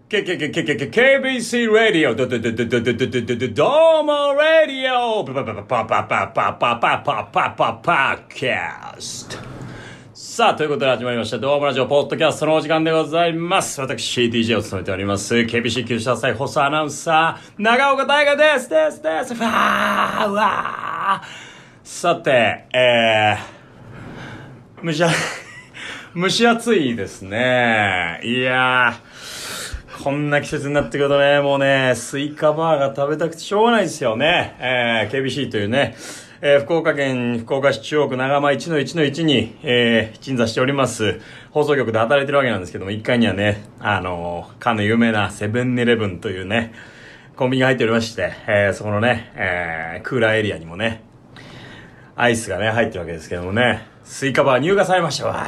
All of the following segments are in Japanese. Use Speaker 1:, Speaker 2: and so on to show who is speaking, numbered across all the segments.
Speaker 1: KBC ラディオどうもラディオパキャスト。さあ、ということで始まりましたどうもラジオポッドキャストのお時間でございます。私 DJ を務めております KBC 九州朝日放送アナウンサー長岡大河ですファーわー。さて蒸し暑いですね。いやー、こんな季節になってくるとね、もうね、スイカバーが食べたくてしょうがないですよね。KBC というね、福岡県福岡市中央区長間1-1-1に、鎮座しております放送局で働いてるわけなんですけども、1階にはね、かの有名なセブンイレブンというね、コンビニが入っておりまして、そこのね、クーラーエリアにもね、アイスがね、入ってるわけですけどもね、スイカバー入荷されましたわ。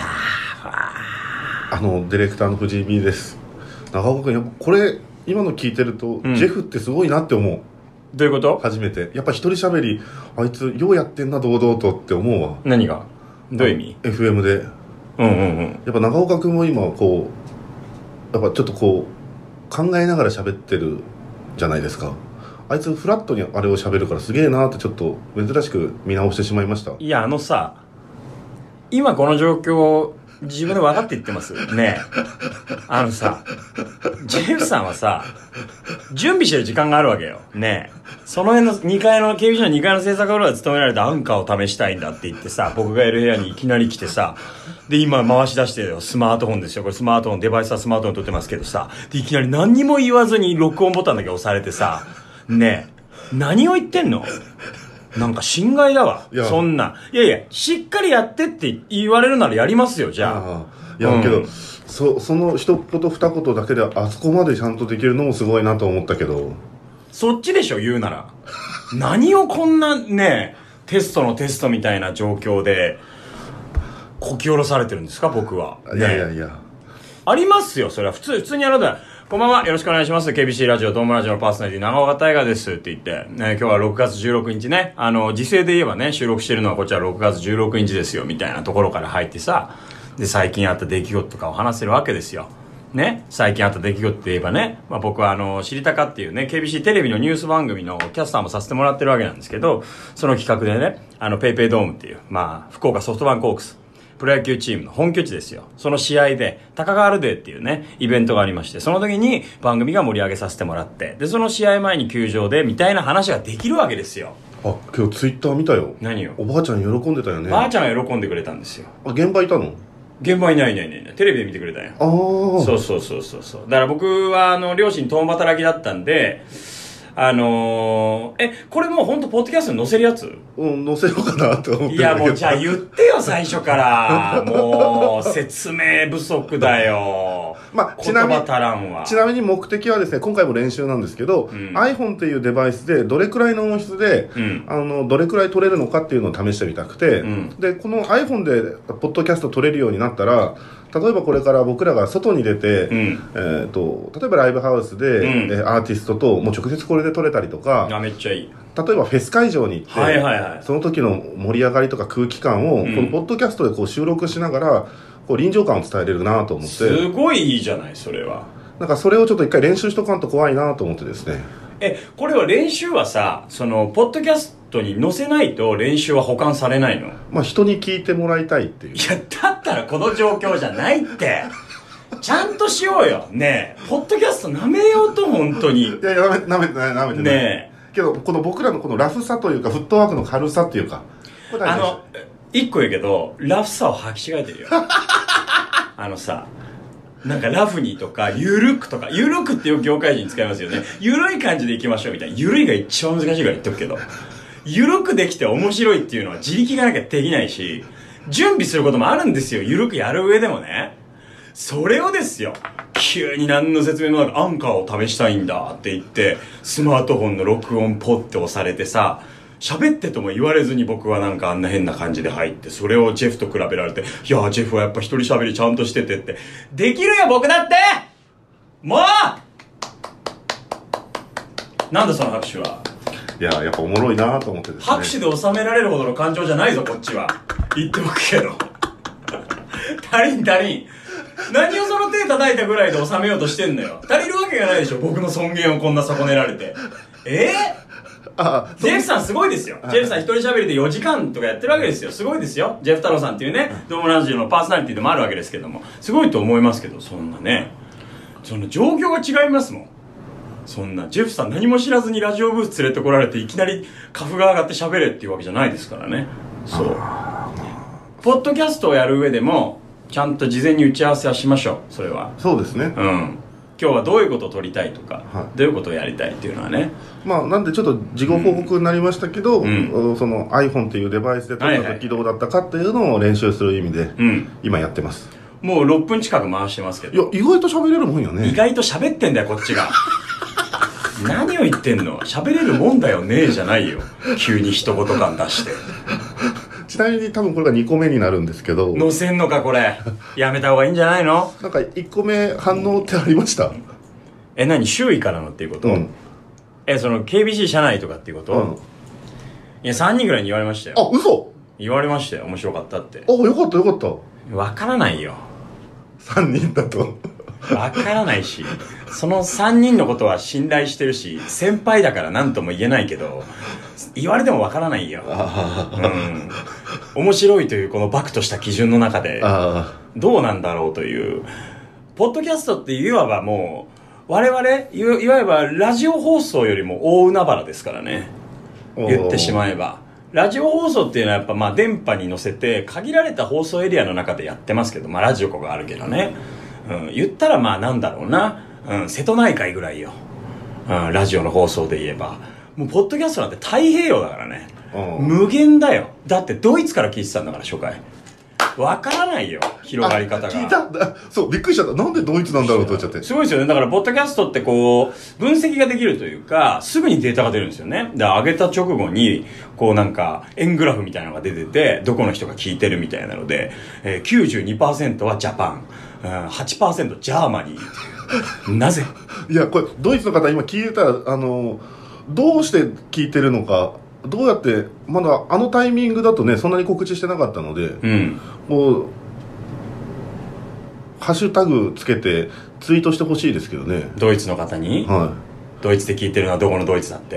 Speaker 2: ディレクターの藤井 B です。長岡君、やっぱこれ今の聞いてると、ジェフってすごいなって思う。
Speaker 1: どういうこと？
Speaker 2: 初めてやっぱ一人喋り、あいつようやってんな堂々とって思うわ。
Speaker 1: 何が？どういう意味？
Speaker 2: FM でやっぱ長岡君も今こうやっぱちょっとこう考えながら喋ってるじゃないですか。あいつフラットにあれを喋るからすげえなってちょっと珍しく見直してしまいました。
Speaker 1: いや、さ、今この状況自分で分かって言ってますね。さ、ジェフさんはさ、準備してる時間があるわけよね。その辺の2階の KBC の2階の制作フロアで勤められたアンカーを試したいんだって言ってさ、僕がいる部屋にいきなり来てさ、で今回し出してるよ、スマートフォンですよ。これスマートフォン、デバイスはスマートフォン撮ってますけどさ、でいきなり何にも言わずに録音ボタンだけ押されてさ、ねえ、何を言ってんの？なんか心外だわ。そんな。いや、しっかりやってって言われるならやりますよ、じゃあ。
Speaker 2: いや、けど、その一言二言だけであそこまでちゃんとできるのもすごいなと思ったけど。そ
Speaker 1: っちでしょ、言うなら。何をこんなね、テストみたいな状況で、こき下ろされてるんですか、僕は。
Speaker 2: いや。
Speaker 1: ありますよ、それは。普通にやるんだ。こんばんは、よろしくお願いします。KBC ラジオ、ドームラジオのパーソナリティ、長岡大河ですって言って、今日は6月16日ね、時勢で言えばね、収録してるのはこっちは6月16日ですよ、みたいなところから入ってさ、で、最近あった出来事とかを話せるわけですよ。ね、最近あった出来事って言えばね、僕は知りたかっていうね、KBC テレビのニュース番組のキャスターもさせてもらってるわけなんですけど、その企画でね、ペイペイドームっていう、福岡ソフトバンクホークス、プロ野球チームの本拠地ですよ。その試合で、高川アルデーっていうね、イベントがありまして、その時に番組が盛り上げさせてもらって、で、その試合前に球場で、みたいな話ができるわけですよ。
Speaker 2: あ、今日ツイッター見たよ。
Speaker 1: 何よ？
Speaker 2: おばあちゃん喜んでたよね。
Speaker 1: ばあちゃんが喜んでくれたんですよ。
Speaker 2: あ、現場いたの？
Speaker 1: 現場いない。テレビで見てくれたよ。
Speaker 2: ああ。
Speaker 1: そう。だから僕は、両親共働きだったんで、これもうほんとポッドキャストに載せるやつ？
Speaker 2: 載せようかなと思って。
Speaker 1: いや、もうじゃあ言ってよ、最初から。もう、説明不足だよ。言葉足らんわ。
Speaker 2: ちなみに目的はですね、今回も練習なんですけど、iPhone っていうデバイスでどれくらいの音質で、どれくらい撮れるのかっていうのを試してみたくて、で、この iPhone でポッドキャスト撮れるようになったら、例えばこれから僕らが外に出て、例えばライブハウスで、アーティストともう直接これで撮れたりとか、
Speaker 1: めっちゃいい。
Speaker 2: 例えばフェス会場に行って、その時の盛り上がりとか空気感を、このポッドキャストでこう収録しながらこう臨場感を伝えれるなと思って。
Speaker 1: すごいいいじゃない、それは。
Speaker 2: なんかそれをちょっと一回練習しとかんと怖いなと思ってですね。
Speaker 1: これは練習はさ、ポッドキャストに載せないと練習は保管されないの？
Speaker 2: 人に聞いてもらいたいっていう。
Speaker 1: いや、だったらこの状況じゃないって。ちゃんとしようよ。ねえ、ポッドキャスト舐めようと、本当に。
Speaker 2: いや、舐めてない。ねえ。けど、この僕らのこのラフさというか、フットワークの軽さっていうか。
Speaker 1: 一個言うけど、ラフさを履き違えてるよ。さ、なんかラフにとか、ゆるくとか、ゆるくっていう業界人使いますよね。ゆるい感じでいきましょうみたいな。ゆるいが一番難しいから言っておくけど。ゆるくできて面白いっていうのは自力がなきゃできないし、準備することもあるんですよ。ゆるくやる上でもね。それをですよ、急に何の説明もなくアンカーを試したいんだって言って、スマートフォンの録音ポッて押されてさ、喋ってとも言われずに僕はなんかあんな変な感じで入って、それをジェフと比べられて、いやジェフはやっぱ一人喋りちゃんとしててって、できるよ僕だって。もうなんだその拍手は。
Speaker 2: いや、やっぱおもろいなと思ってですね。
Speaker 1: 拍手で収められるほどの感情じゃないぞこっちは。言っておくけど。足りん。 何をその手叩いたぐらいで収めようとしてんのよ。足りるわけがないでしょ、僕の尊厳をこんな損ねられて。ジェフさんすごいですよ。ジェフさん一人喋りで4時間とかやってるわけですよ。すごいですよ。ジェフ太郎さんっていうね、ドームラジオのパーソナリティでもあるわけですけども、すごいと思いますけど、そんなね、その状況が違いますもん。そんなジェフさん何も知らずにラジオブース連れてこられていきなりカフが上がって喋れっていうわけじゃないですからね。そう。ポッドキャストをやる上でもちゃんと事前に打ち合わせはしましょう。それは
Speaker 2: そうですね。
Speaker 1: 今日はどういうことを撮りたいとか、どういうことをやりたいっていうのはね。
Speaker 2: なんでちょっと事後報告になりましたけど、その iPhone っていうデバイスで撮った時どうだったかっていうのを練習する意味で、今やってます。
Speaker 1: もう6分近く回してますけど。
Speaker 2: いや、意外と喋れるもんよね。
Speaker 1: 意外と喋ってんだよ、こっちが。何を言ってんの？喋れるもんだよねじゃないよ。急に一言感出して。
Speaker 2: ちなみに多分これが2個目になるんですけど。
Speaker 1: 載せんのかこれ。やめた方がいいんじゃないの？
Speaker 2: なんか1個目反応ってありました？
Speaker 1: 何？周囲からのっていうこと？その KBC 社内とかっていうこと？いや、3人ぐらいに言われましたよ。
Speaker 2: あ、嘘？
Speaker 1: 言われましたよ。面白かったって。
Speaker 2: あ、よかったよかった。
Speaker 1: わからないよ。
Speaker 2: 3人だと。
Speaker 1: わからないし、その3人のことは信頼してるし、先輩だから何とも言えないけど、言われてもわからないよ。面白いというこのバクとした基準の中で、どうなんだろうという。ポッドキャストっていわばもう、我々、いわゆるラジオ放送よりも大海原ですからね。言ってしまえば。ラジオ放送っていうのはやっぱ電波に乗せて、限られた放送エリアの中でやってますけど、ラジオがあるけどね。言ったらなんだろうな、瀬戸内海ぐらいよ、ラジオの放送で言えば。もうポッドキャストなんて太平洋だからね、無限だよ。だってドイツから聞いてたんだから、初回。わからないよ、広がり方が。
Speaker 2: 聞いた。そう、びっくりしちゃった。なんでドイツなんだろうと思っちゃって。
Speaker 1: すごいですよね。だからポッドキャストってこう分析ができるというか、すぐにデータが出るんですよね。で、上げた直後にこうなんか円グラフみたいなのが出てて、どこの人が聞いてるみたいなので、92% はジャパン、8% ジャーマニー。なぜ？
Speaker 2: いや、これドイツの方今聞いたら、どうして聞いてるのか、どうやって、まだあのタイミングだとね、そんなに告知してなかったので、もうハッシュタグつけてツイートしてほしいですけどね。
Speaker 1: ドイツの方に、ドイツで聞いてるのはどこのドイツだって？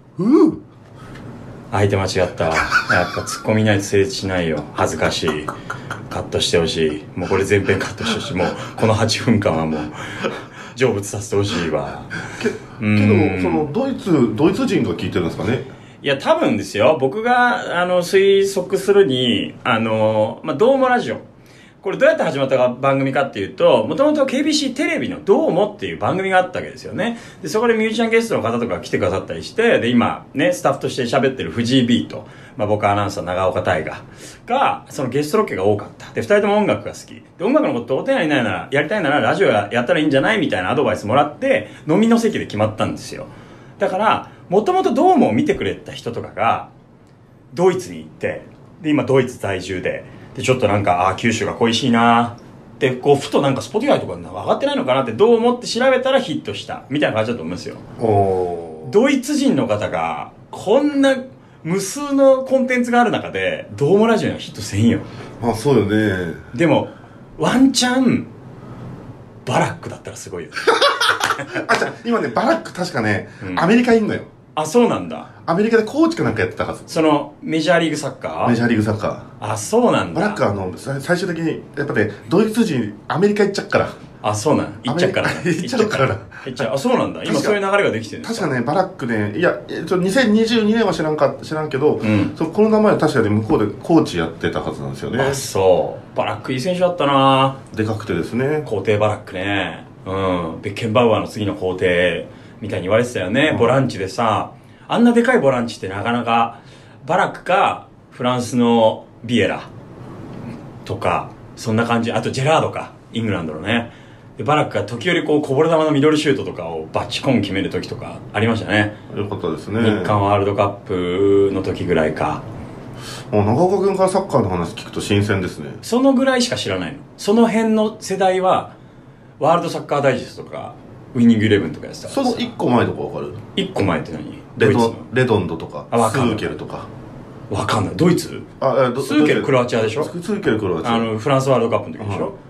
Speaker 1: 相手間違ったわ。やっぱツッコミないと成立しないよ。恥ずかしい。カットしてほしい。もうこれ全編カットしてほしい。もうこの8分間はもう成仏させてほしいわ。
Speaker 2: けどそのドイツ人が聞いてるんですかね。
Speaker 1: いや、多分ですよ、僕が推測するにどうもラジオ、これどうやって始まった番組かっていうと、もともと KBC テレビのどうもっていう番組があったわけですよね。で、そこでミュージシャンゲストの方とか来てくださったりして、で、今ね、スタッフとして喋ってる藤井 B と、僕アナウンサー長岡大河が、そのゲストロケが多かった。で、二人とも音楽が好き。で、音楽のことをやりたいならラジオやったらいいんじゃないみたいなアドバイスもらって、飲みの席で決まったんですよ。だから、もともとドームを見てくれた人とかが、ドイツに行って、で、今ドイツ在住で、ちょっとなんか、九州が恋しいなって、こう、ふとなんかスポティファイとか上がってないのかなってどう思って調べたらヒットした。みたいな感じだと思うんですよ。ドイツ人の方が、こんな無数のコンテンツがある中で、どうもラジオにはヒットせんよ。
Speaker 2: そうよね。
Speaker 1: でも、ワンチャン、バラックだったらすごいよ。
Speaker 2: 今ね、バラック確かね、アメリカいんのよ。
Speaker 1: あ、そうなんだ。
Speaker 2: アメリカでコーチかなんかやってたはず。
Speaker 1: そのメジャーリーグサッカー？
Speaker 2: メジャーリーグサッカー。
Speaker 1: あ、そうなんだ。
Speaker 2: バラックは最終的にやっぱね、ドイツ人アメリカ行っちゃっから。
Speaker 1: あ、そうなん。行っちゃうからね。
Speaker 2: 行っちゃうから。
Speaker 1: あ、そうなんだ。今そういう流れができてるんですか？
Speaker 2: 確かね、バラックね、いや、2022年は知らんけど、この名前は確かに向こうでコーチやってたはずなんですよね。
Speaker 1: あ、そう。バラックいい選手だったな。
Speaker 2: でかくてですね。
Speaker 1: 皇帝バラックね。ベッケンバウアーの次の皇帝みたいに言われてたよね。ボランチでさ、あんなでかいボランチってなかなか、バラックかフランスのビエラとか、そんな感じ。あとジェラードか、イングランドのね。でバラックが時折こうこぼれ球のミドルシュートとかをバチコン決める時とかありましたね。
Speaker 2: よかったですね。
Speaker 1: 日韓ワールドカップの時ぐらいか。
Speaker 2: 長岡君からサッカーの話聞くと新鮮ですね。
Speaker 1: そのぐらいしか知らないの。その辺の世代はワールドサッカーダイジェストとかウイニングイレブンとかやってた。
Speaker 2: その1個前とか分かる
Speaker 1: ？1個前って何？
Speaker 2: レドンドとかスーケルとか。
Speaker 1: わかんない。ドイツ？スーケルクロアチアでしょ？
Speaker 2: スーケルクロアチア。
Speaker 1: フランスワールドカップの時でしょ？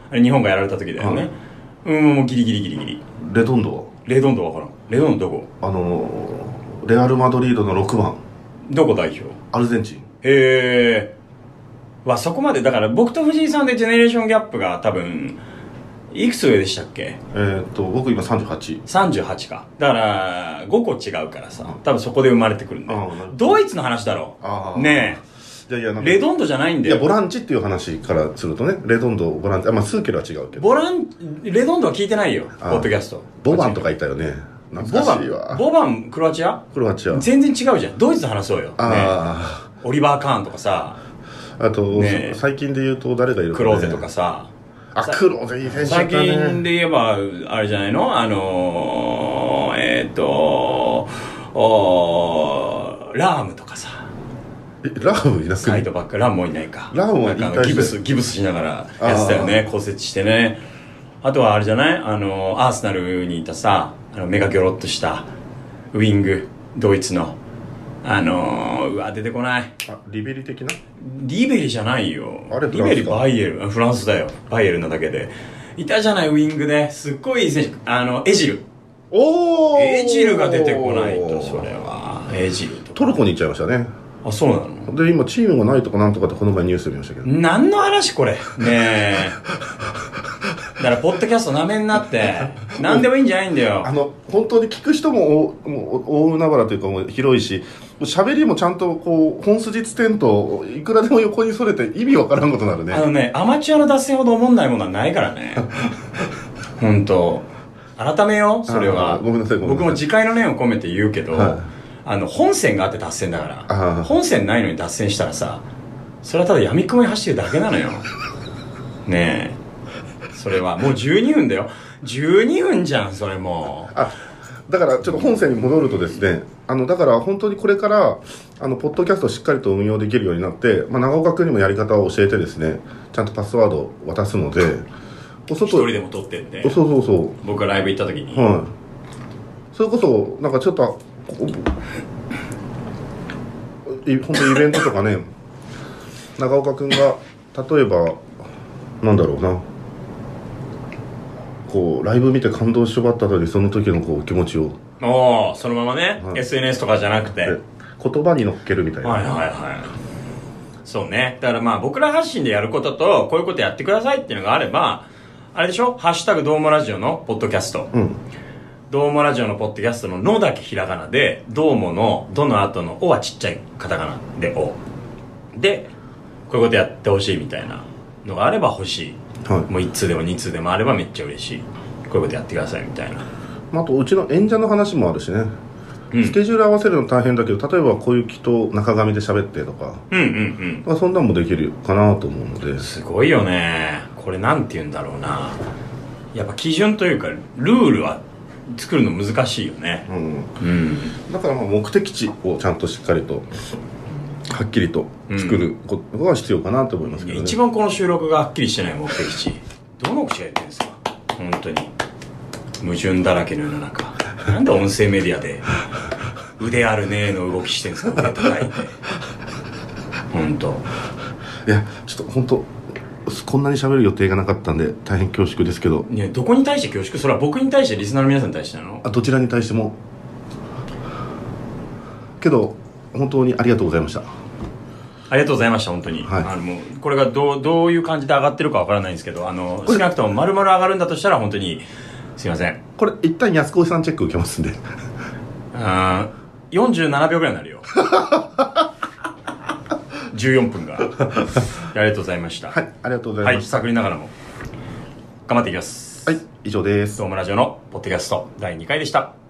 Speaker 1: あれ日本がやられた時だよね、もうギリギリ。
Speaker 2: レドンドは
Speaker 1: 分からん。レドンドどこ？
Speaker 2: レアル・マドリードの6番。
Speaker 1: どこ代表？
Speaker 2: アルゼンチン。
Speaker 1: へえ。そこまでだから僕と藤井さんでジェネレーションギャップが多分いくつ上でしたっけ？
Speaker 2: 僕今38
Speaker 1: か。だから5個違うからさ、多分そこで生まれてくるんだよ。ドイツの話だろねえ。レドンドじゃないんだよ。
Speaker 2: いや、ボランチっていう話からするとね、レドンド、ボランチ、スーケルは違うけど。
Speaker 1: レドンドは聞いてないよ、ポッドキャスト。
Speaker 2: ボバンとか言ったよね。懐かしいわ。
Speaker 1: ボバン、クロアチア全然違うじゃん。ドイツで話そうよ。オリバー・カーンとかさ。
Speaker 2: あと、最近で言うと誰がいるかね。
Speaker 1: クローゼとかさ。
Speaker 2: クローゼいい選手だったね。
Speaker 1: 最近で言えば、あれじゃないの？ラームとかさ。
Speaker 2: ラームいなくて
Speaker 1: サイドバック、ラームもいないか。
Speaker 2: ラームはなんか
Speaker 1: ギブスしながらやってたよね。骨折してね。あとはあれじゃない？アーセナルにいたさ、目がギョロッとしたウィング、ドイツの出てこない。
Speaker 2: リベリ的な？
Speaker 1: リベリじゃないよ。
Speaker 2: リベリ
Speaker 1: バイエル、フランスだよ。バイエルなだけでいたじゃない、ウィングで。すっごいいい選手。エジル。エジルが出てこないと。それはエジルとか
Speaker 2: トルコに行っちゃいましたね。
Speaker 1: そうなの？
Speaker 2: で今チームがないとかなんとかってこの前ニュースで見ましたけど。
Speaker 1: 何の話これねえ。だからポッドキャストなめになって何でもいいんじゃないんだよ。
Speaker 2: 本当に聞く人も大海原というかもう広いし、喋りもちゃんとこう本筋つてんといくらでも横にそれて意味わからんことになるね。
Speaker 1: アマチュアの脱線ほど思んないものはないからね。本当改めよう、それは。
Speaker 2: ごめんなさい。
Speaker 1: 僕も自戒の念を込めて言うけど、本線があって脱線だから。本線ないのに脱線したらさ、それはただ闇雲に走ってるだけなのよ。ねえ。それはもう12分だよ。12分じゃん、それもう。
Speaker 2: だからちょっと本線に戻るとですね、だから本当にこれからポッドキャストをしっかりと運用できるようになって、長岡君にもやり方を教えてですね、ちゃんとパスワードを渡すので、
Speaker 1: 一人でも撮ってって。
Speaker 2: そう
Speaker 1: 僕がライブ行った時に、
Speaker 2: それこそなんかちょっと本当にイベントとかね、長岡君が例えばなんだろうな、こうライブ見て感動しばった後にその時のこう気持ちを
Speaker 1: そのままね、SNS とかじゃなくて
Speaker 2: 言葉に乗っけるみたいな。
Speaker 1: そうね。だから僕ら発信でやることと、こういうことやってくださいっていうのがあれば、あれでしょ、ハッシュタグどうもラジオのポッドキャスト、どうもラジオのポッドキャストののだけひらがなで、どうものどの後のおはちっちゃいカタカナでおで、こういうことやってほしいみたいなのがあれば欲しい、もう1通でも2通でもあればめっちゃ嬉しい、こういうことやってくださいみたいな。
Speaker 2: あとうちの演者の話もあるしね、スケジュール合わせるの大変だけど、例えば小雪と中上で喋ってとか、そんなんもできるかなと思うので。
Speaker 1: すごいよね。これなんて言うんだろうな、やっぱ基準というかルールは作るの難しいよね。
Speaker 2: だから目的地をちゃんとしっかりとはっきりと作ることが必要かなと思いますけどね。
Speaker 1: 一番この収録がはっきりしてない目的地、どの口が言ってるんですか本当に。矛盾だらけの世の中、なんで音声メディアで腕あるねーの動きしてるんですか、腕叩いて。本当。
Speaker 2: いやちょっと本当こんなに喋る予定がなかったんで大変恐縮ですけど。
Speaker 1: どこに対して恐縮？それは僕に対して、リスナーの皆さんに対してなの？
Speaker 2: どちらに対しても。けど本当にありがとうございました。
Speaker 1: ありがとうございました本当に。もうこれがどういう感じで上がってるかわからないんですけど、少なくとも丸々上がるんだとしたら本当にすいません。
Speaker 2: これ一旦安子さんチェック受けますんで。
Speaker 1: 47秒ぐらいになるよ。14分が。ありがとうございました。
Speaker 2: はい、ありがとうございました。
Speaker 1: 探りながらも頑張っていきます。
Speaker 2: はい、以上です。
Speaker 1: どうもラジオのポッドキャスト第2回でした。